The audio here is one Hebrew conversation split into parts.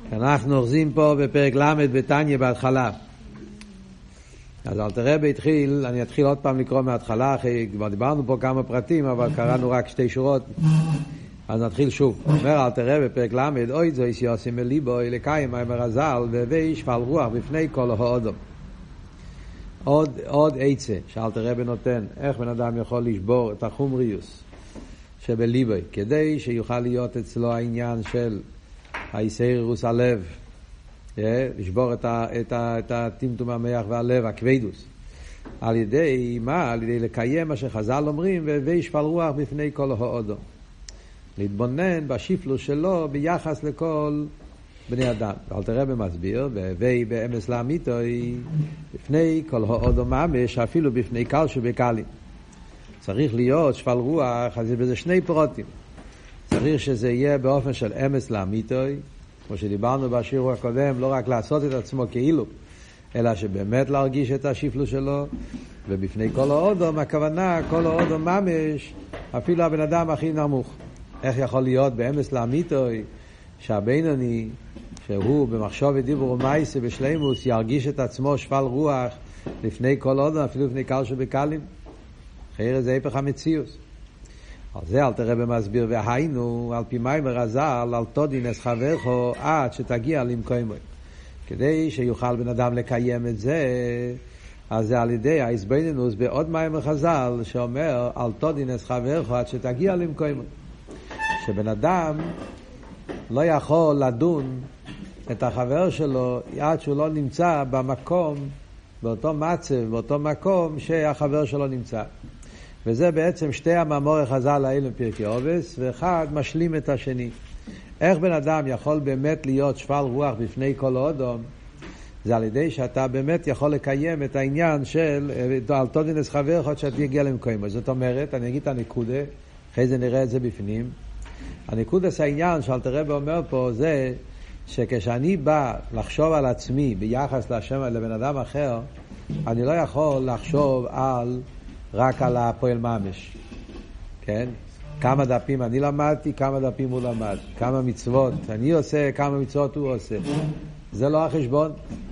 אנחנו אוחזים פה בפרק למד בתניא בהתחלה. אז אל תראה בהתחיל, אני אתחיל עוד פעם לקרוא מההתחלה, אחרי כבר דיברנו פה כמה פרטים, אבל קראנו רק 2 שורות. אז נתחיל שוב. אומר אל תראה בפרק למד, אוי זו איש יוסים מליבו, לקיים האמר הזל, והווי שפל רוח בפני כל האודום. עוד עצה שאל תראה בנותן, איך בן אדם יכול לשבור את החומריוס שבליבוי, כדי שיוכל להיות אצלו העניין של היסיירוס הלב, לשבור את הטמטום המח והלב, הכבדוס. על ידי מה? על ידי לקיים מה שחז"ל אומרים, והווי שפל רוח בפני כל האודום. להתבונן בשיפלוס שלו ביחס לכל בני אדם. אל תראה במסביר, והווי באמס לאמיתוי, בפני כל האודום ממש, אפילו בפני קל שבקלים. צריך להיות שפל רוח, אז יש בזה 2 פרוטים. צריך שזה יהיה באופן של אמס לאמיתוי, כמו שדיברנו בשיעור הקודם, לא רק לעשות את עצמו כאילו, אלא שבאמת להרגיש את השיפלוס שלו, ובפני כל האודום, הכוונה, כל האודום ממש, אפילו הבן אדם הכי נמוך. איך יכול להיות באמס לאמיתוי, שהבינוני, שהוא במחשוב ודיבור ומייסה בשלימוס, ירגיש את עצמו שפל רוח, לפני כל האודום, אפילו לפני קל שבקלים? אחרי זה היפך המציאוס. על זה אל תראה במסביר, והיינו על פי מיימר הזל, על תודינס חברך עד שתגיע למקומוי. כדי שיוכל בן אדם לקיים את זה, אז זה על ידי ההסבינינוס בעוד מיימר חז"ל, שאומר על תודינס חברך עד שתגיע למקומוי. שבן אדם לא יכול לדון את החבר שלו עד שהוא לא נמצא במקום, באותו מצב, באותו מקום שהחבר שלו נמצא. וזה בעצם 2 המאמרי חז"ל האלה בפרקי אובס, ואחד משלים את השני. איך בן אדם יכול באמת להיות שפל רוח בפני כל האודום? זה על ידי שאתה באמת יכול לקיים את העניין של על תודינס חברך עד שתגיע למקומוי. זאת אומרת, אני אגיד את הנקודה, אחרי זה נראה את זה בפנים. הנקודס העניין שאל תראה ואומר פה זה שכשאני בא לחשוב על עצמי ביחס להשם לבן אדם אחר, אני לא יכול לחשוב רק על הפועל ממש. כן? כמה דפים אני למדתי, כמה דפים הוא למד, כמה מצוות אני עושה, כמה מצוות הוא עושה. זה לא החשבון.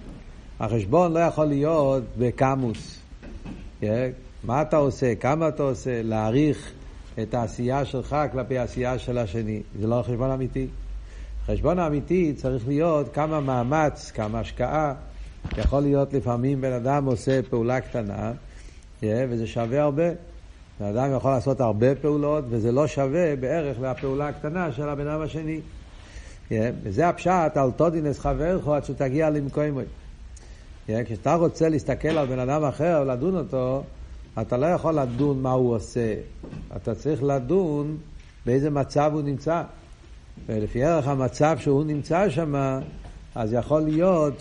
החשבון לא יכול להיות בקמוס. כן? מה אתה עושה, כמה אתה עושה, להעריך את העשייה שלך כלפי העשייה של השני. זה לא חשבון אמיתי. חשבון האמיתי צריך להיות כמה מאמץ, כמה השקעה. יכול להיות לפעמים בן אדם עושה פעולה קטנה, וזה שווה הרבה. בן אדם יכול לעשות הרבה פעולות, וזה לא שווה בערך לפעולה הקטנה של הבן אדם השני. וזה הפשט על תודינס חברך עד שתגיע למקומוי. כשאתה רוצה להסתכל על בן אדם אחר ולדון אותו, אתה לא יכול לדון מה הוא עושה. אתה צריך לדון באיזה מצב הוא נמצא. ולפי ערך המצב שהוא נמצא שם, אז יכול להיות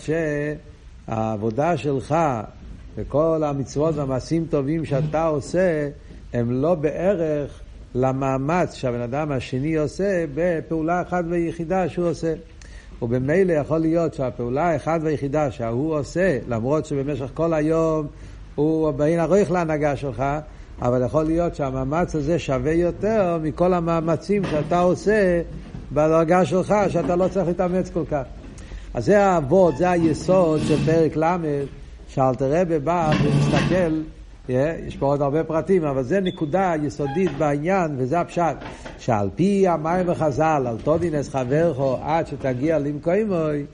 שהעבודה שלך וכל המצוות והמעשים טובים שאתה עושה, הם לא בערך למאמץ שהבן אדם השני עושה בפעולה אחת ויחידה שהוא עושה. ובמילא יכול להיות שהפעולה האחת ויחידה שהוא עושה, למרות שבמשך כל היום הוא בעין הרוח להנהגה שלך, אבל יכול להיות שהמאמץ הזה שווה יותר מכל המאמצים שאתה עושה בדרגה שלך, שאתה לא צריך להתאמץ כל כך. אז זה העבוד, זה היסוד של פרק למד, שאל תראה בבא ומסתכל, יש פה עוד הרבה פרטים, אבל זה נקודה יסודית בעניין, וזה הפשט, שעל פי המים וחז"ל, על תודינס חברך עד שתגיע למקומוי,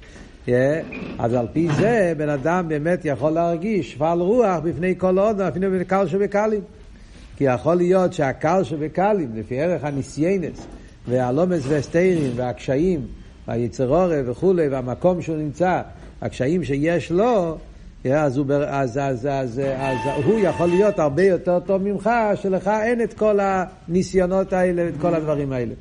אז על פי זה בן אדם באמת יכול להרגיש שפל רוח בפני כל האודום, אפילו בפני קל שבקלים. כי יכול להיות שהקל שבקלים, לפי ערך הניסיינס והלומס והסתירים והקשיים והיצרורה וכו' והמקום שהוא נמצא, הקשיים שיש לו, אז הוא יכול להיות הרבה יותר טוב ממך, שלך אין את כל הניסיונות האלה ואת כל הדברים האלה.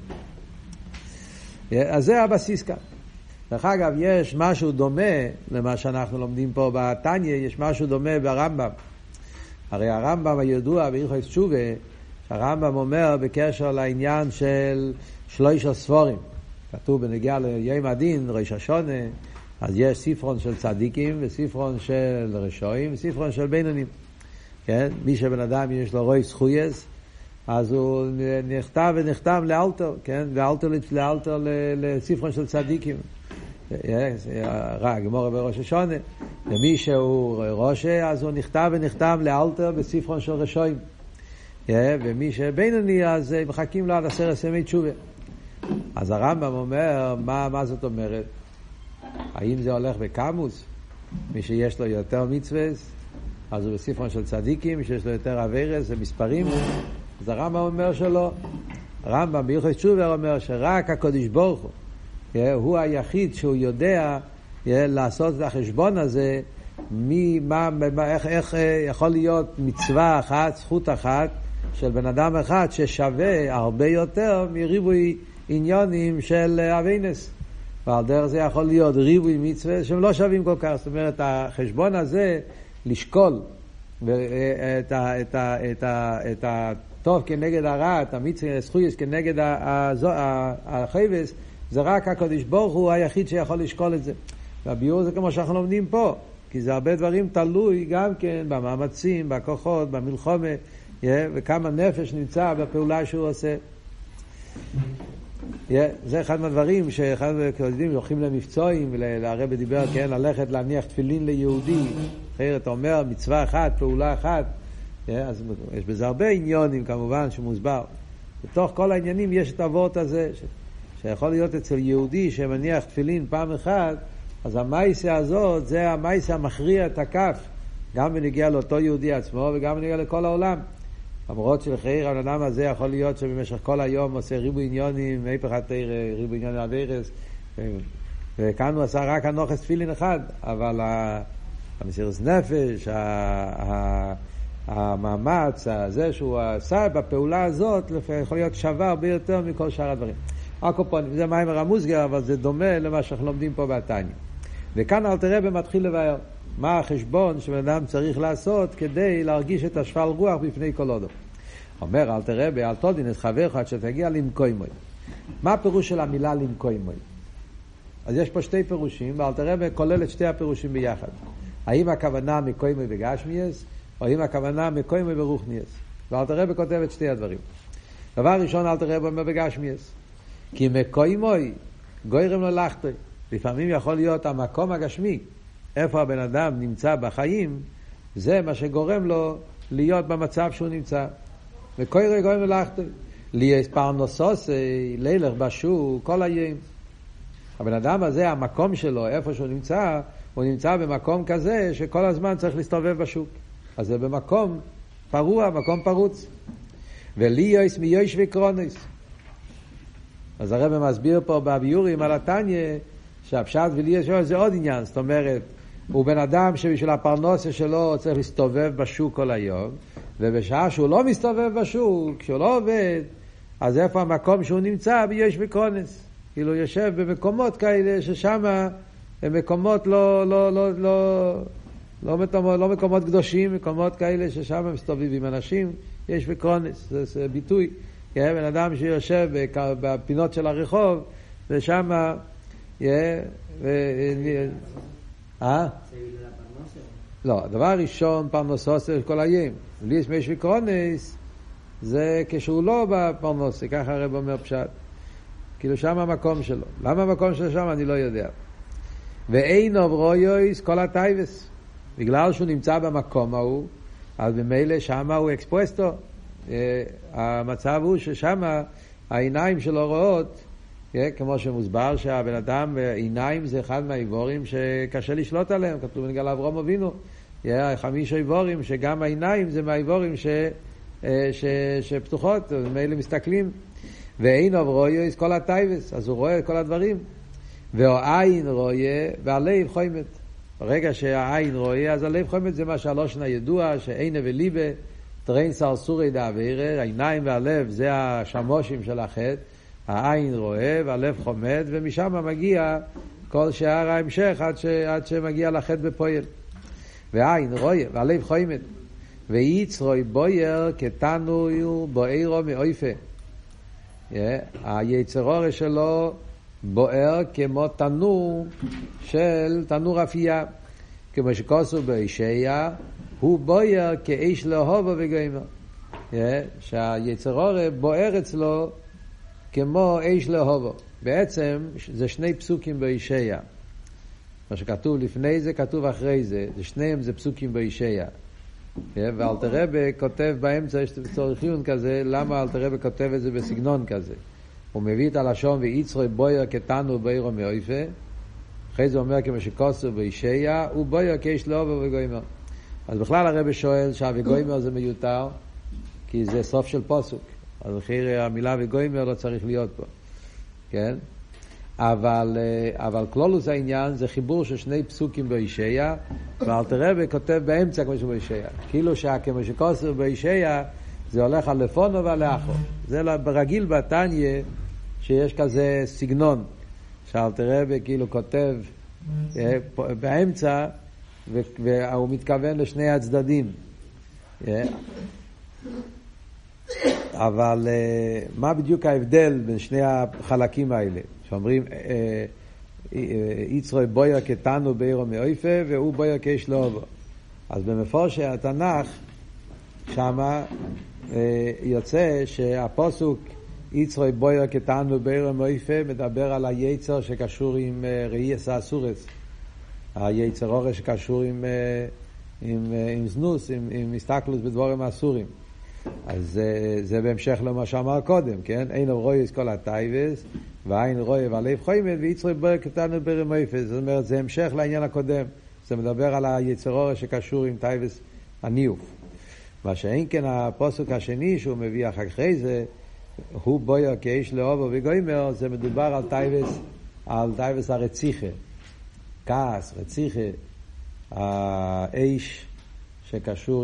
אז זה הבסיס כאן. דרך אגב, יש משהו דומה למה שאנחנו לומדים פה בתניא, יש משהו דומה ברמב"ם. הרי הרמב"ם הידוע בהלכות תשובה, הרמב"ם אומר בקשר לעניין של 3 ספורים. כתוב בנגיע ליום הדין, ראש השונה, אז יש ספרון של צדיקים וספרון של רשעים וספרון של בינונים. כן? מי שבן אדם יש לו רוי זכויס, אז הוא נכתב ונחתם לאלתר, כן? ואלתר לספרון של צדיקים. גמורה בראש השונה, ומי שהוא ראשה אז הוא נכתב ונחתם לאלתר בספרון של רשויים, ומי שבינוני אז מחכים לו עד 10 ימי תשובה. אז הרמב"ם אומר, מה זאת אומרת? האם זה הולך בקמוס? מי שיש לו יותר מצוות אז הוא בספרון של צדיקים, שיש לו יותר עבירות, זה מספרים. אז הרמב"ם אומר שלא. הרמב"ם בהלכות תשובה אומר שרק הקדוש ברוך הוא היחיד שהוא יודע לעשות את החשבון הזה, איך יכול להיות מצווה אחת, זכות אחת של בן אדם אחד ששווה הרבה יותר מריבוי עניונים של אבינס, ועל דרך זה יכול להיות ריבוי מצווה שהם לא שווים כל כך. זאת אומרת, החשבון הזה לשקול את הטוב כנגד הרע, את המצווה הזכויות כנגד החייבס, זה רק הקדוש ברוך הוא היחיד שיכול לשקול את זה. והביאור זה כמו שאנחנו לומדים פה, כי זה הרבה דברים תלוי גם כן במאמצים, בכוחות, במלחמה, וכמה נפש נמצא בפעולה שהוא עושה. זה אחד מהדברים שאחד מהקודמים הולכים למבצועים, והרבא דיבר, כן, ללכת להניח תפילין ליהודי, אחרת אומר מצווה אחת, פעולה אחת, אז יש בזה הרבה עניונים כמובן שמוסבר. בתוך כל העניינים יש את הוורט הזה, שיכול להיות אצל יהודי שמניח תפילין פעם אחת, אז המייסה הזאת זה המייסה המכריע את הכף, גם בנגיע לאותו יהודי עצמו וגם בנגיע לכל העולם. למרות שלחייר האדם הזה יכול להיות שבמשך כל היום עושה ריבוי עניונים, מהפך התורה, ריבוי עניונים עבירות, וכאן הוא עשה רק הנוחס תפילין אחד, אבל המסירות נפש, המאמץ הזה שהוא עשה בפעולה הזאת יכול להיות שווה הרבה יותר מכל שאר הדברים. הקופונים, זה מיימר המוסגר, אבל זה דומה למה שאנחנו לומדים פה בתניא. וכאן אלתר רבי מתחיל לבאר מה החשבון שבן אדם צריך לעשות כדי להרגיש את השפל רוח בפני כל אדם. אומר אלתר רבי, אל תודין את חברך עד שתגיע למקוימוי. מה הפירוש של המילה למקוימוי? אז יש פה שתי פירושים, ואלתר רבי כולל את שתי הפירושים ביחד. האם הכוונה מקוימוי בגשמייס, או האם הכוונה מקוימוי ברוחנייס? ואלתר רבי כותב את שתי הדברים. דבר ראשון, אלתר רבי אומר בגשמייס, כי מקוימוי גוירם לו לחטוי. לפעמים יכול להיות המקום הגשמי, איפה הבן אדם נמצא בחיים, זה מה שגורם לו להיות במצב שהוא נמצא. וקוירם גוירם לו לחטוי. ליאס פרנסוס, לילך בשוק, כל היום. הבן אדם הזה, המקום שלו, איפה שהוא נמצא, הוא נמצא במקום כזה שכל הזמן צריך להסתובב בשוק. אז זה במקום פרוע, מקום פרוץ. וליאס מיוש וקרונס. אז הרב מסביר פה בביורים על התניא שהפשט וליאס זה עוד עניין. זאת אומרת, הוא בן אדם שבשביל הפרנסה שלו צריך להסתובב בשוק כל היום, ובשעה שהוא לא מסתובב בשוק, כשהוא לא עובד, אז איפה המקום שהוא נמצא? ביוש וקרונס. כאילו יושב במקומות כאלה ששם הם מקומות לא מקומות קדושים, מקומות כאלה ששם מסתובבים אנשים, יש וקרונס, זה ביטוי. בן אדם שיושב בפינות של הרחוב ושם לא, דבר ראשון פרנסה של כל היום. ליאס מיש וקרונס זה כשהוא לא בפרנסה, ככה הרב אומר פשט, כאילו שם המקום שלו. למה המקום שלו שם אני לא יודע. ואין אוברויוס כל הטייבס, בגלל שהוא נמצא במקום ההוא, אז במילא שם הוא אקספרסטו. המצב הוא ששם העיניים שלו רואות, כמו שמוסבר שהבן אדם, עיניים זה אחד מהאיבורים שקשה לשלוט עליהם, כתוב בנגל אברהם אבינו, 5 איבורים שגם העיניים זה מהאיבורים שפתוחות, ומילא מסתכלים. ואין אוברויוס כל הטייבס, אז הוא רואה את כל הדברים. והעין רואה והלב חוימת. ברגע שהעין רואה, אז הלב חוימת. זה מה שהלושן הידוע, שעינה וליבה תרין סרסורי דאבירה, העיניים והלב זה השמושים של החטא. העין רואה והלב חומד, ומשם מגיע כל שאר ההמשך עד שמגיע לחטא בפועל. והעין רואה והלב חוימת. ויצרוי בויר כתנור בוערו מאויפה. היצרור שלו בוער כמו תנור של תנור אפייה, כמו שכוסו בישעיה, הוא בוער כאיש להובה וגיימר. שהיצרור בוער אצלו כמו איש להובה. בעצם זה שני פסוקים בישעיה. מה שכתוב לפני זה כתוב אחרי זה, שניהם זה פסוקים בישעיה. ואלתר רבי כותב באמצע, יש צורך עיון כזה, למה אלתר רבי כותב את זה בסגנון כזה? הוא מביא את הלשון ויצרו בויר כתנו בעירו מאויפה, אחרי זה אומר כמו שכוסו בישעיה, הוא בויר כאיש לאובו וגוימר. אז בכלל הרבי שואל שהווגוימר זה מיותר, כי זה סוף של פסוק. אז אחרי המילה וגוימר לא צריך להיות פה. כן? אבל כלולוס העניין זה חיבור של שני פסוקים בישעיה, ואלתר רבי כותב באמצע כמו שבישעיה. כאילו כמו שכוסו בישעיה זה הולך על לפונו ועל לאחור. זה ברגיל בתניא שיש כזה סגנון, שאלתר רבי כאילו כותב באמצע, והוא מתכוון לשני הצדדים. אבל מה בדיוק ההבדל בין שני החלקים האלה? שאומרים יצרו בויר כתנו בעירו מאויפה והוא בויר כאיש לאובו. אז במפורש התנ"ך שמה יוצא שהפסוק יצרו בויר כתנו בעירו מאויפה מדבר על היצר שקשור עם ראיס האסורס, היצר אורש שקשור עם זנוס, עם הסתכלות בדבורים האסורים. אז זה בהמשך למה שאמר קודם, כן? אין רואה את כל הטייבס ואין רואה והלב חיימת ויצרו בויר כתנו בעירו מאויפה. זאת אומרת, זה המשך לעניין הקודם, זה מדבר על היצר אורש שקשור עם טייבס הניוף. מה שאין כן הפסוק השני שהוא מביא אחרי זה, הוא בויר כאיש לאובו וגוימר, זה מדובר על טייבס הרציחה, כעס, רציחה, האיש שקשור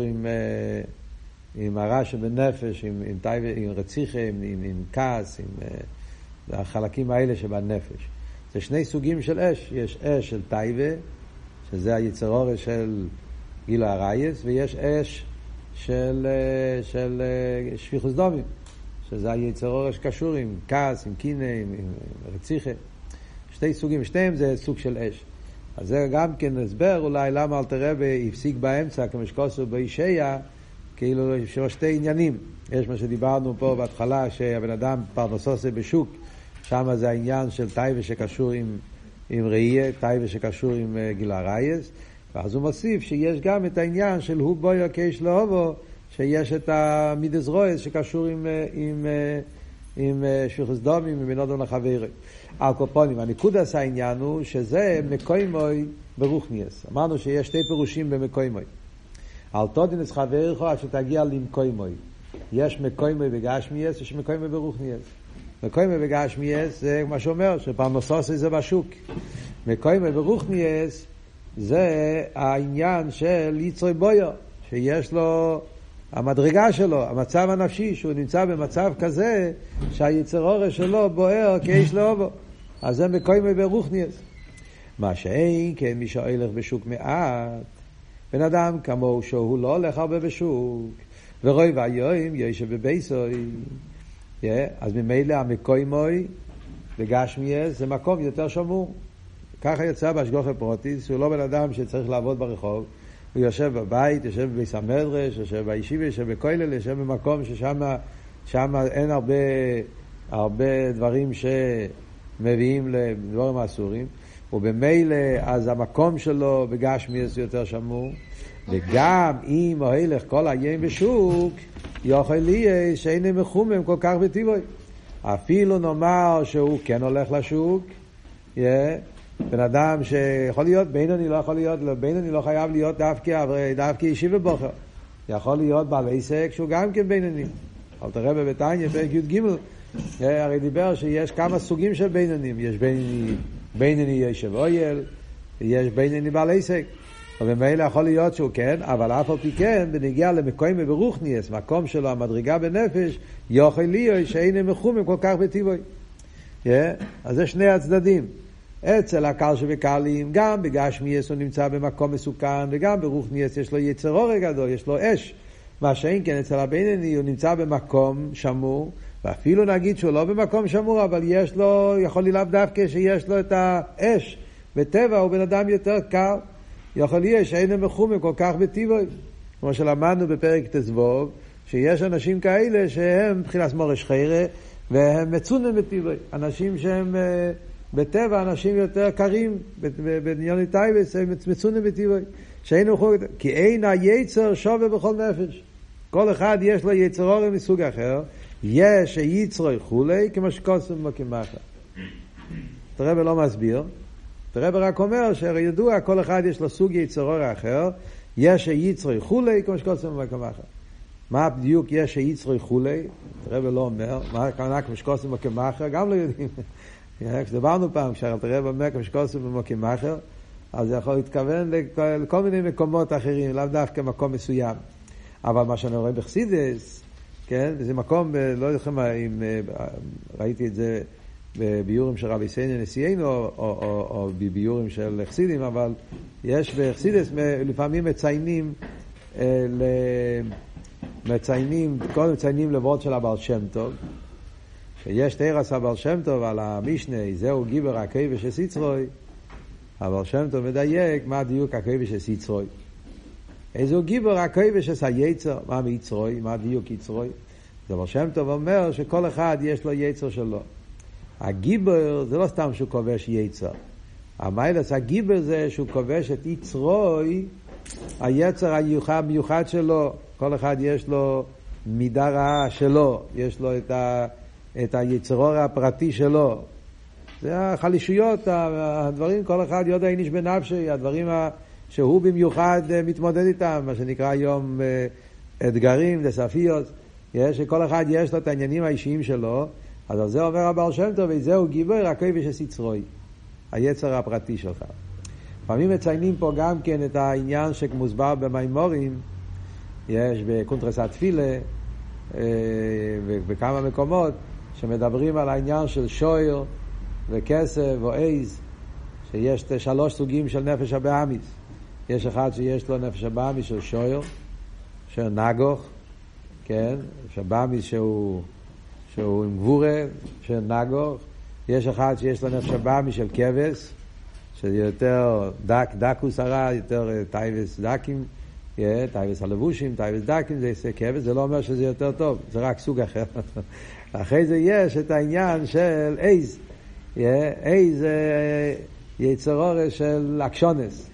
עם הרע שבנפש, עם רציחה, עם כעס, עם החלקים האלה שבנפש. זה שני סוגים של אש, יש אש של טייבה, שזה היצר אורש של גילו הרייס, ויש אש של שפיכוס דמים, שזה היצר אורש קשור עם כעס, עם קינה, עם רציחה. שתי סוגים, שניהם זה סוג של אש. אז זה גם כן הסבר אולי למה אלתר רבי הפסיק באמצע כמו שכוסו בישעיה, כאילו יש שתי עניינים. יש מה שדיברנו פה בהתחלה, שהבן אדם פרנסו זה בשוק, שם זה העניין של טייבה שקשור עם ראייה, טייבה שקשור עם גיל הרייס, ואז הוא מוסיף שיש גם את העניין של הוא בויר כאיש לאובו, שיש את המידס רויס שקשור עם שפיכוס דמים ובין אדם לחברו. על קופונים, הנקודס העניין הוא שזה מקוימוי ברוחניאס. אמרנו שיש שתי פירושים במקוימוי. על תודינס חברך עד שתגיע למקוימוי. יש מקוימוי בגשמיאס, יש מקוימוי ברוחניאס. מקוימוי בגשמיאס זה מה שאומר, שפרנסוס זה בשוק. מקוימוי ברוחניאס זה העניין של יצרו בויר, שיש לו המדרגה שלו, המצב הנפשי, שהוא נמצא במצב כזה שהיצר אורש שלו בוער כאיש לאובו. אז זה מקוימוי ברוחניאס. מה שאין כן מי שהולך בשוק מעט, בן אדם כמו שהוא לא הולך הרבה בשוק, ורוי והיום יושב בבייסוי, אז ממילא המקוימוי בגשמיאס זה מקום יותר שמור. ככה יצא בהשגחה פרוטיס, שהוא לא בן אדם שצריך לעבוד ברחוב, הוא יושב בבית, יושב בביס המדרש, יושב בישיבה, יושב בכולל, יושב במקום ששם אין הרבה דברים שמביאים לדברים אסורים, ובמילא אז המקום שלו בגשמיאס יותר שמור. וגם אם הוא הולך כל היום בשוק, יכול להיות שאין מחומם כל כך בטבעו. אפילו נאמר שהוא כן הולך לשוק, בן אדם שיכול להיות, בינוני לא יכול להיות, בינוני לא חייב להיות דווקא ישיבה בוחר. יכול להיות בעל עסק שהוא גם כן בינוני. אלתר רבי בתניא פרק י"ג הרי דיבר שיש כמה סוגים של בינונים. יש בינוני יושב אויל, יש בינוני בעל עסק. ובמילא יכול להיות שהוא כן, אבל אף על פי כן, בנגיע למקוימוי ברוחניאס, מקום שלו, המדרגה בנפש, יכול להיות שאין מחומם כל כך בטבעו. אז זה שני הצדדים. אצל הקל שבקלים, גם בגשמיאס הוא נמצא במקום מסוכן, וגם ברוחניאס יש לו יצר אור גדול, יש לו אש. מה שאין כן אצל הבינוני הוא נמצא במקום שמור, ואפילו נגיד שהוא לא במקום שמור, אבל יש לו, יכול להיות דווקא שיש לו את האש. בטבע הוא בן אדם יותר קר, יכול להיות שאין מחומם כל כך בטבעו. כמו שלמדנו בפרק תזבוב, שיש אנשים כאלה שהם מבחינת מורש חיירה, והם מצונן בטבעו. אנשים שהם בטבע אנשים יותר קרים, בניון טייבס, הם מצונים בטבעי. שהיינו חוג, כי אין היצר שווה בכל נפש. כל אחד יש לו יצר אורם מסוג אחר, יש היצרוי חולי, כמו שקוסם במקים אחר. תראה ולא מסביר, תראה רק אומר שהרי ידוע, כל אחד יש לו סוג יצר אורם אחר, יש היצרוי חולי, כמו שקוסם במקים אחר. מה בדיוק יש היצרוי חולי? תראה ולא אומר, מה הכוונה כמו שקוסם במקים אחר? גם לא יודעים. כשדברנו פעם, כשתראה אומר כמו שקוסם במקים אחר, אז זה יכול להתכוון לכל מיני מקומות אחרים, לאו דווקא מקום מסוים. אבל מה שאני רואה בחסידס, כן, זה מקום, לא יודע אם ראיתי את זה בביורים של רבי סייני נשיאנו, או בביורים של חסידים, אבל יש בחסידס לפעמים מציינים לברות של הבעל שם טוב, שיש תרס הבעל שם טוב על המשנה, זהו גיבר הכיבש הסיצרוי, הבעל שם טוב מדייק מה דיוק הכיבש הסיצרוי. איזו גיבר הכיבש היצר, מה מיצרוי, מה דיוק יצרוי. הבעל שם טוב אומר שכל אחד יש לו יצר שלו. הגיבר זה לא סתם שהוא כובש יצר. המיילס הגיבר זה שהוא כובש את יצרוי, היצר המיוחד שלו. כל אחד יש לו מידה רעה שלו, יש לו את היצרור הפרטי שלו. זה החלישויות, הדברים, כל אחד יודע איניש בנפשי, הדברים שהוא במיוחד מתמודד איתם, מה שנקרא היום אתגרים, דספיות, שכל אחד יש לו את העניינים האישיים שלו, אז על זה אומר הבעל שם טוב, וזהו גיבור הכיבש הסיצרוי, היצר הפרטי שלך. לפעמים מציינים פה גם כן את העניין שמוסבר במימורים, יש בקונטרס התפילה, בכמה מקומות, שמדברים על העניין של שויר וכסף או עז, שיש 3 סוגים של נפש הבאמיס. יש אחד שיש לו נפש הבאמיס של שויר, של נגוך, כן, שבאמיס שהוא עם גבורה, של נגוך. יש אחד שיש לו נפש הבאמיס של כבש, שזה יותר דקוס הרע, יותר טייבס דקים, טייבס הלבושים, טייבס דקים, זה כבש, זה לא אומר שזה יותר טוב, זה רק סוג אחר. אחרי זה יש את העניין של עז, עז יצרור של אקשונס,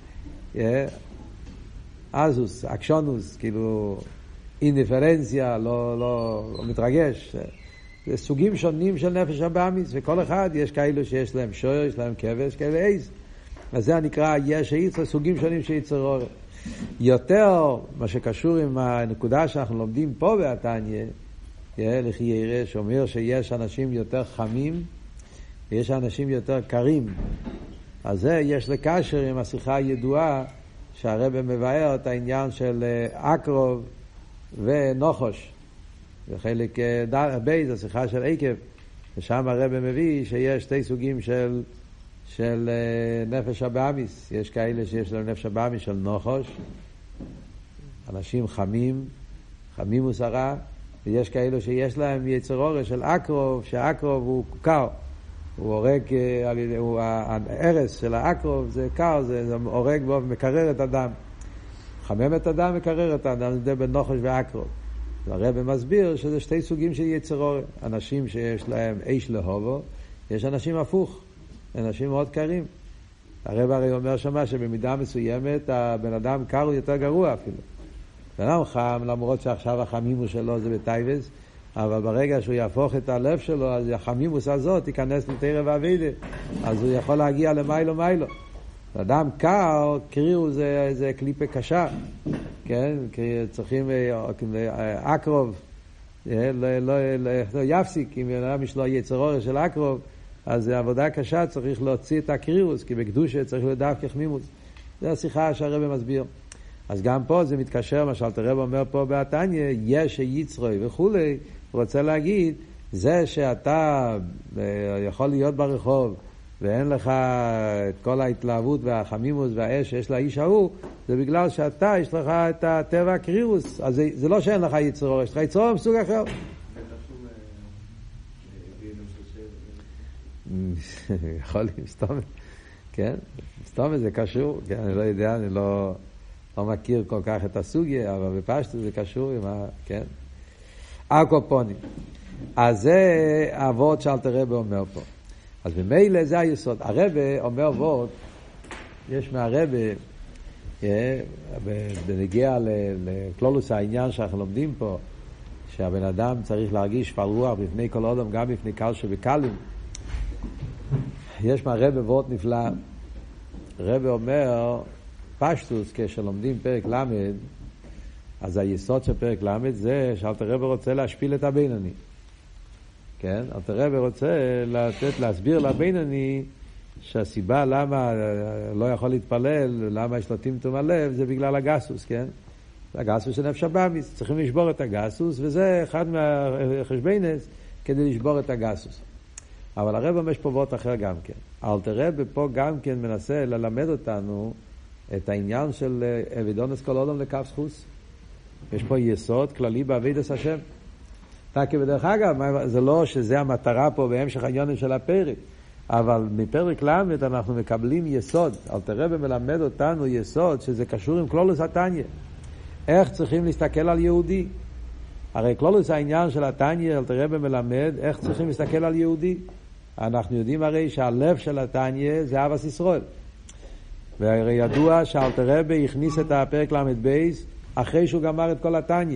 אזוס, אקשונוס, כאילו אינדיפרנציה, לא מתרגש. זה סוגים שונים של נפש הבאמיס, וכל אחד יש כאלו שיש להם שויר, יש להם כבש, כאלה עז. אז זה נקרא יש יצר, סוגים שונים של יצרור. יותר מה שקשור עם הנקודה שאנחנו לומדים פה בתניא, לכי ירא, שאומר שיש אנשים יותר חמים ויש אנשים יותר קרים. אז זה יש לקשר עם השיחה הידועה שהרב מבאר את העניין של אקרוב ונחוש. וחלק בית, השיחה של עקב, ושם הרב מביא שיש 2 סוגים של נפש הבאמיס. יש כאלה שיש להם נפש הבאמיס של נחוש, אנשים חמים וסערה, ויש כאלו שיש להם יצר אורש של אקרוב, שהאקרוב הוא קר, הוא הורג, הארס של האקרוב זה קר, זה הורג בו ומקרר את הדם, חמם את הדם מקרר את הדם, זה בין נחוש ואקרוב. הרב מסביר שזה 2 סוגים של יצר אורש, אנשים שיש להם איש להובו, יש אנשים הפוך, אנשים מאוד קרים. הרב הרי אומר שמה שבמידה מסוימת הבן אדם קר הוא יותר גרוע אפילו. בן אדם חם, למרות שעכשיו החמימוס שלו זה בטייבס, אבל ברגע שהוא יהפוך את הלב שלו, אז החמימוס הזאת ייכנס לתרא ועבודה, אז הוא יכול להגיע למיילו. אדם קר, קריאו זה קליפה קשה, כן? צריכים אקרוב, לא יפסיק, אם אדם יש לו יצר אורש של אקרוב, אז זה עבודה קשה, צריך להוציא את הקריאוס, כי בקדושה צריך לדעת כחמימוס. זה השיחה שהרב מסביר. אז גם פה זה מתקשר, מה שאלתר רב אומר פה בתניא, יש יצרוי וכולי, הוא רוצה להגיד, זה שאתה יכול להיות ברחוב, ואין לך את כל ההתלהבות והחמימוס והאש שיש לאיש ההוא, זה בגלל שאתה, יש לך את הטבע הקריאוס, אז זה לא שאין לך יצרור, יש לך יצרור מסוג אחר. יכול להיות, סתום, כן, סתום זה קשור, כן, אני לא יודע, אני לא מכיר כל כך את הסוגיה, אבל בפשטות זה קשור עם כן, הקופונים. אז זה אבות שאלתר רבי אומר פה. אז במילא זה היסוד. הרבי אומר וורט, יש מהרבי, בנגיע לכלולוס העניין שאנחנו לומדים פה, שהבן אדם צריך להרגיש שפל רוח בפני כל אדם, גם בפני קל שבקלים. יש מהרבי וורט נפלא. הרבי אומר, פשטוס, כשלומדים פרק למד, אז היסוד של פרק למד זה שאלתר רבי רוצה להשפיל את הבינוני. כן? אלתר רבי רוצה להסביר לבינוני שהסיבה למה לא יכול להתפלל, למה יש לו טמטום הלב, זה בגלל הגסוס, כן? הגסוס של נפש הבאמיס, צריכים לשבור את הגסוס, וזה אחד מהחשבנס כדי לשבור את הגסוס. אבל הרב אומר פה וורט אחר גם כן. אלתר רבי פה גם כן מנסה ללמד אותנו את העניין של אבידונס כל אדם לקו זכוס. יש פה יסוד כללי בעבודת השם. בדרך אגב, זה לא שזה המטרה פה בהמשך העניינים של הפרק, אבל מפרק למד אנחנו מקבלים יסוד. אלתר רבי מלמד אותנו יסוד שזה קשור עם כלולוס התניא. איך צריכים להסתכל על יהודי? הרי כלולוס העניין של התניא, אלתר רבי מלמד איך צריכים להסתכל על יהודי. אנחנו יודעים הרי שהלב של התניא זה אהבת ישראל. והרי ידוע שאלתר רבי הכניס את הפרק למד בייס אחרי שהוא גמר את כל התניא.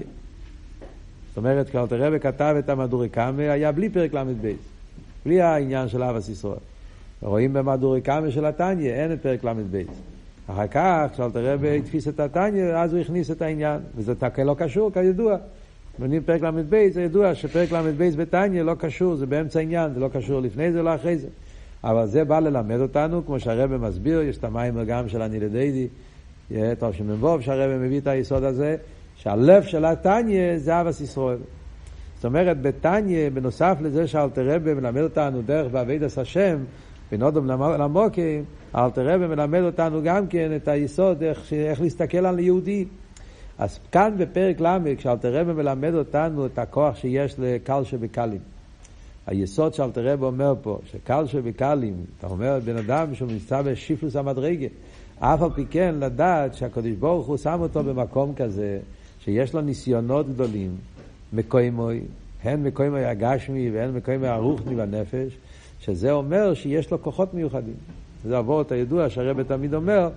זאת אומרת, כשאלתר רבי כתב את המהדורי קמא, היה בלי פרק למד בייס. בלי העניין של אהבת ישראל. רואים במהדורי קמא של התניא, אין את פרק למד בייס. אחר כך, כשאלתר רבי התפיס את התניא, אז הוא הכניס את העניין. וזה לא קשור, כידוע. בנים פרק למד בייס, זה ידוע שפרק למד בייס בתניא לא קשור, זה באמצע העניין, זה לא קשור לפני זה, לא אחרי זה. אבל זה בא ללמד אותנו, כמו שהרבי מסביר, יש את המים גם של אני לדיידי, טוב שמבוב שהרבי מביא את היסוד הזה, שהלב של התניא זה אהבת ישראל. זאת אומרת, בתניא, בנוסף לזה שאלתר רבי מלמד אותנו דרך בעבודת השם, בין אדם למוקים, אלתר רבי מלמד אותנו גם כן את היסוד, איך להסתכל על יהודי. אז כאן בפרק למד, כשאלתר רבי מלמד אותנו את הכוח שיש לקל שבקלים. היסוד שאלתר רבי אומר פה, שקל שבקלים, אתה אומר בן אדם שהוא נמצא בשיפלוס המדרגה, אף על פי כן לדעת שהקדוש ברוך הוא שם אותו במקום כזה, שיש לו ניסיונות גדולים, מקוימוי, הן מקוימוי הגשמי והן מקוימוי הרוחני בנפש, שזה אומר שיש לו כוחות מיוחדים. זה עבור את הידוע שהרבי תמיד אומר,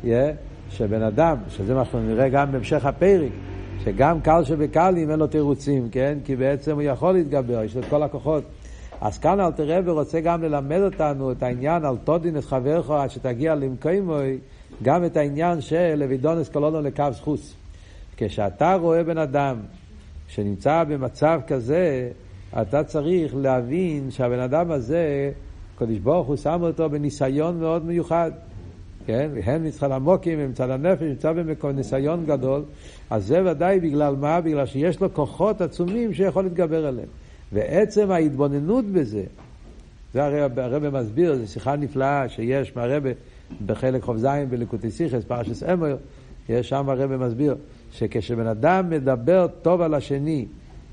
שבן אדם, שזה מה שאנחנו נראה גם בהמשך הפרק, שגם קל שבקלים אין לו תירוצים, כן? כי בעצם הוא יכול להתגבר, יש לו את כל הכוחות. אז כאן אלתר רבי רוצה גם ללמד אותנו את העניין על תודין את חברך עד שתגיע למקוימוי, גם את העניין של אבידונס כל אדם לקו זכוס. כשאתה רואה בן אדם שנמצא במצב כזה, אתה צריך להבין שהבן אדם הזה, הקדוש ברוך הוא שם אותו בניסיון מאוד מיוחד. כן? הם מצד המוקים, הם מצד הנפש, נמצא בניסיון גדול. אז זה ודאי בגלל מה? בגלל שיש לו כוחות עצומים שיכול להתגבר עליהם. ועצם ההתבוננות בזה, זה הרבי מסביר, זו שיחה נפלאה שיש מהרבי בחלק חוב זין בליקוטי שיחס, פרשס אמור, יש שם הרבי מסביר, שכשבן אדם מדבר טוב על השני,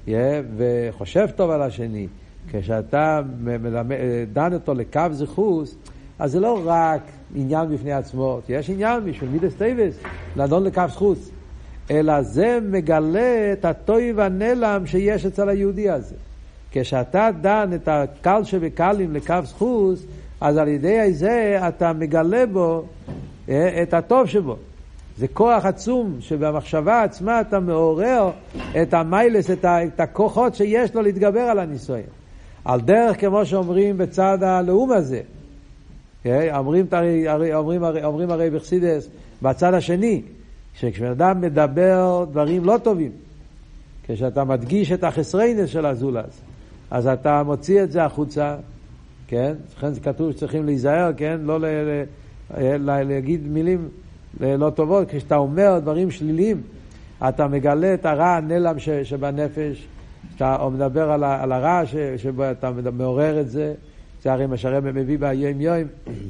וחושב טוב על השני, כשאתה דן אותו לקו זכוס, אז זה לא רק עניין בפני עצמו, יש עניין בשביל מידס טייבס, לדון לקו זכוס, אלא זה מגלה את הטוב והנעלם שיש אצל היהודי הזה. כשאתה דן את הקל שבקלים לקו זכוס, אז על ידי זה אתה מגלה בו את הטוב שבו. זה כוח עצום שבמחשבה עצמה אתה מעורר את המיילס, את הכוחות שיש לו להתגבר על הניסויים. על דרך כמו שאומרים בצד הלאום הזה. אומרים הרי בחסידס בצד השני, שכשאדם מדבר דברים לא טובים, כשאתה מדגיש את החסרינס של הזולז, אז אתה מוציא את זה החוצה, כן? לכן זה כתוב שצריכים להיזהר, כן? לא להגיד מילים לא טובות. כשאתה אומר דברים שליליים, אתה מגלה את הרע הנעלם שבנפש, אתה מדבר על הרע שבו אתה מעורר את זה. זה הרי מה שהרבי מביא ביום יום,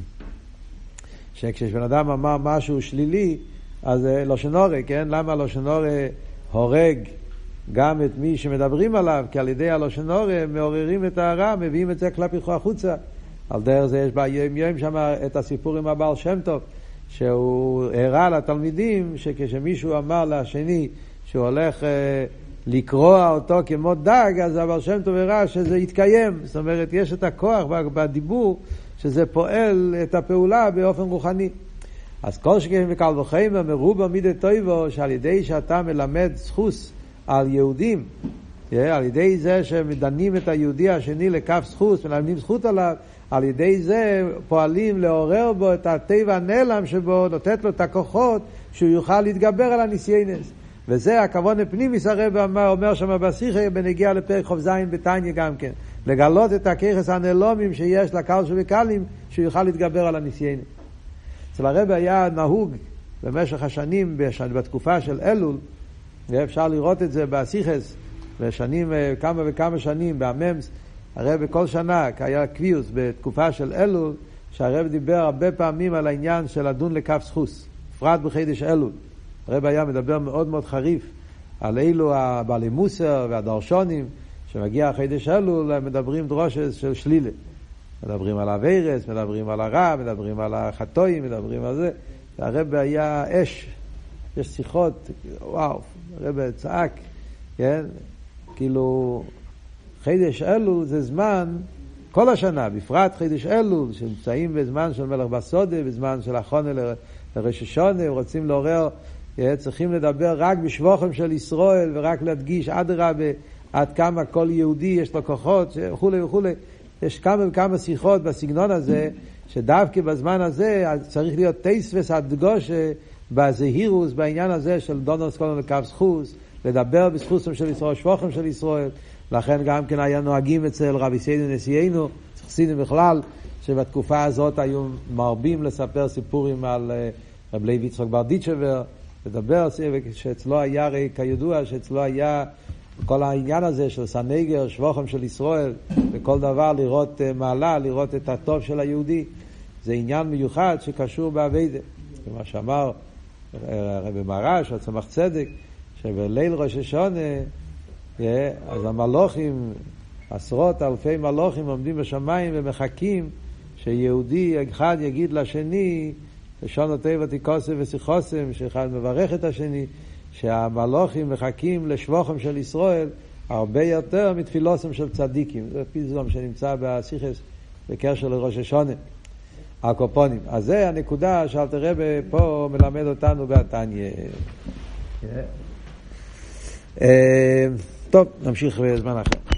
שכשבן אדם אמר משהו שלילי, אז לא שנורא, כן? למה לא שנורא הורג גם את מי שמדברים עליו? כי על ידי הלא שנורא מעוררים את הרע, מביאים את זה כלפי החוצה. על דרך זה יש ביום יום שם את הסיפור עם הבעל שם טוב, שהוא הראה לתלמידים שכשמישהו אמר לשני שהוא הולך לקרוע אותו כמו דג, אז הבעל שם טוב הראה שזה יתקיים. זאת אומרת, יש את הכוח בדיבור, שזה פועל את הפעולה באופן רוחני. אז כל שכן וקל וחומר מרובה מידי טויבו, שעל ידי שאתה מלמד זכוס על יהודים, על ידי זה שמדנים את היהודי השני לכף זכוס, מלמדים זכות עליו, על ידי זה פועלים לעורר בו את הטבע הנעלם שבו, נותת לו את הכוחות שהוא יוכל להתגבר על הניסיינס. וזה הכוון הפנימיס, הרב אומר שם בשיחה בנגיע לפרק חוב זין בתניא גם כן, לגלות את הכיחס הנעלמים שיש לקהל שבקלים שהוא יוכל להתגבר על הניסיינס. אצל הרב היה נהוג במשך השנים, בתקופה של אלול, ואפשר לראות את זה בשיחס, בשנים, כמה וכמה שנים, בהממס, הרב כל שנה, היה קביוס בתקופה של אלול, שהרב דיבר הרבה פעמים על העניין של לדון לכף זכוס, בפרט בחידש אלול. הרב היה מדבר מאוד מאוד חריף על אילו הבעלי מוסר והדרשונים, שמגיע חידש אלול, הם מדברים דרושס של שלילה. מדברים על הווירס, מדברים על הרע, מדברים על החטואים, מדברים על זה. הרב היה אש, יש שיחות, וואו, הרב צעק, כן? כאילו, חידש אלול זה זמן, כל השנה, בפרט חידש אלול, שנמצאים בזמן של מלך בסודה, בזמן של החונה לראש השונה, רוצים לעורר, צריכים לדבר רק בשבוחם של ישראל, ורק להדגיש עד כמה כל יהודי יש לו כוחות, וכו' וכו'. יש כמה וכמה שיחות בסגנון הזה, שדווקא בזמן הזה צריך להיות תספס הדגוש בזהירוס, בעניין הזה של דונוס קולון לקו זכוס, לדבר בזכוסם של ישראל, שבוחם של ישראל. לכן גם כן היה נוהגים אצל רבי סיידו נשיאנו, חסידים בכלל, שבתקופה הזאת היו מרבים לספר סיפורים על רב לוי יצחק ברדיצ'בר, לדבר, שאצלו היה, כידוע, שאצלו היה כל העניין הזה של סנגר, שבוחם של ישראל, וכל דבר לראות מעלה, לראות את הטוב של היהודי. זה עניין מיוחד שקשור בעבודה. כמו שאמר רבי מרש, הצמח צדק, שבליל ראש השונה, אז המלוכים, עשרות אלפי מלוכים עומדים בשמיים ומחכים שיהודי אחד יגיד לשני, לשונו טבע תיקוסם ושיחוסם, שאחד מברך את השני, שהמלוכים מחכים לשבוחם של ישראל הרבה יותר מתפילוסם של צדיקים. זה פיזלום שנמצא בשיחס בקשר לראש השונה, הקופונים. אז זה הנקודה שאלתר רבי פה מלמד אותנו בתניא. טוב, נמשיך בזמן אחר.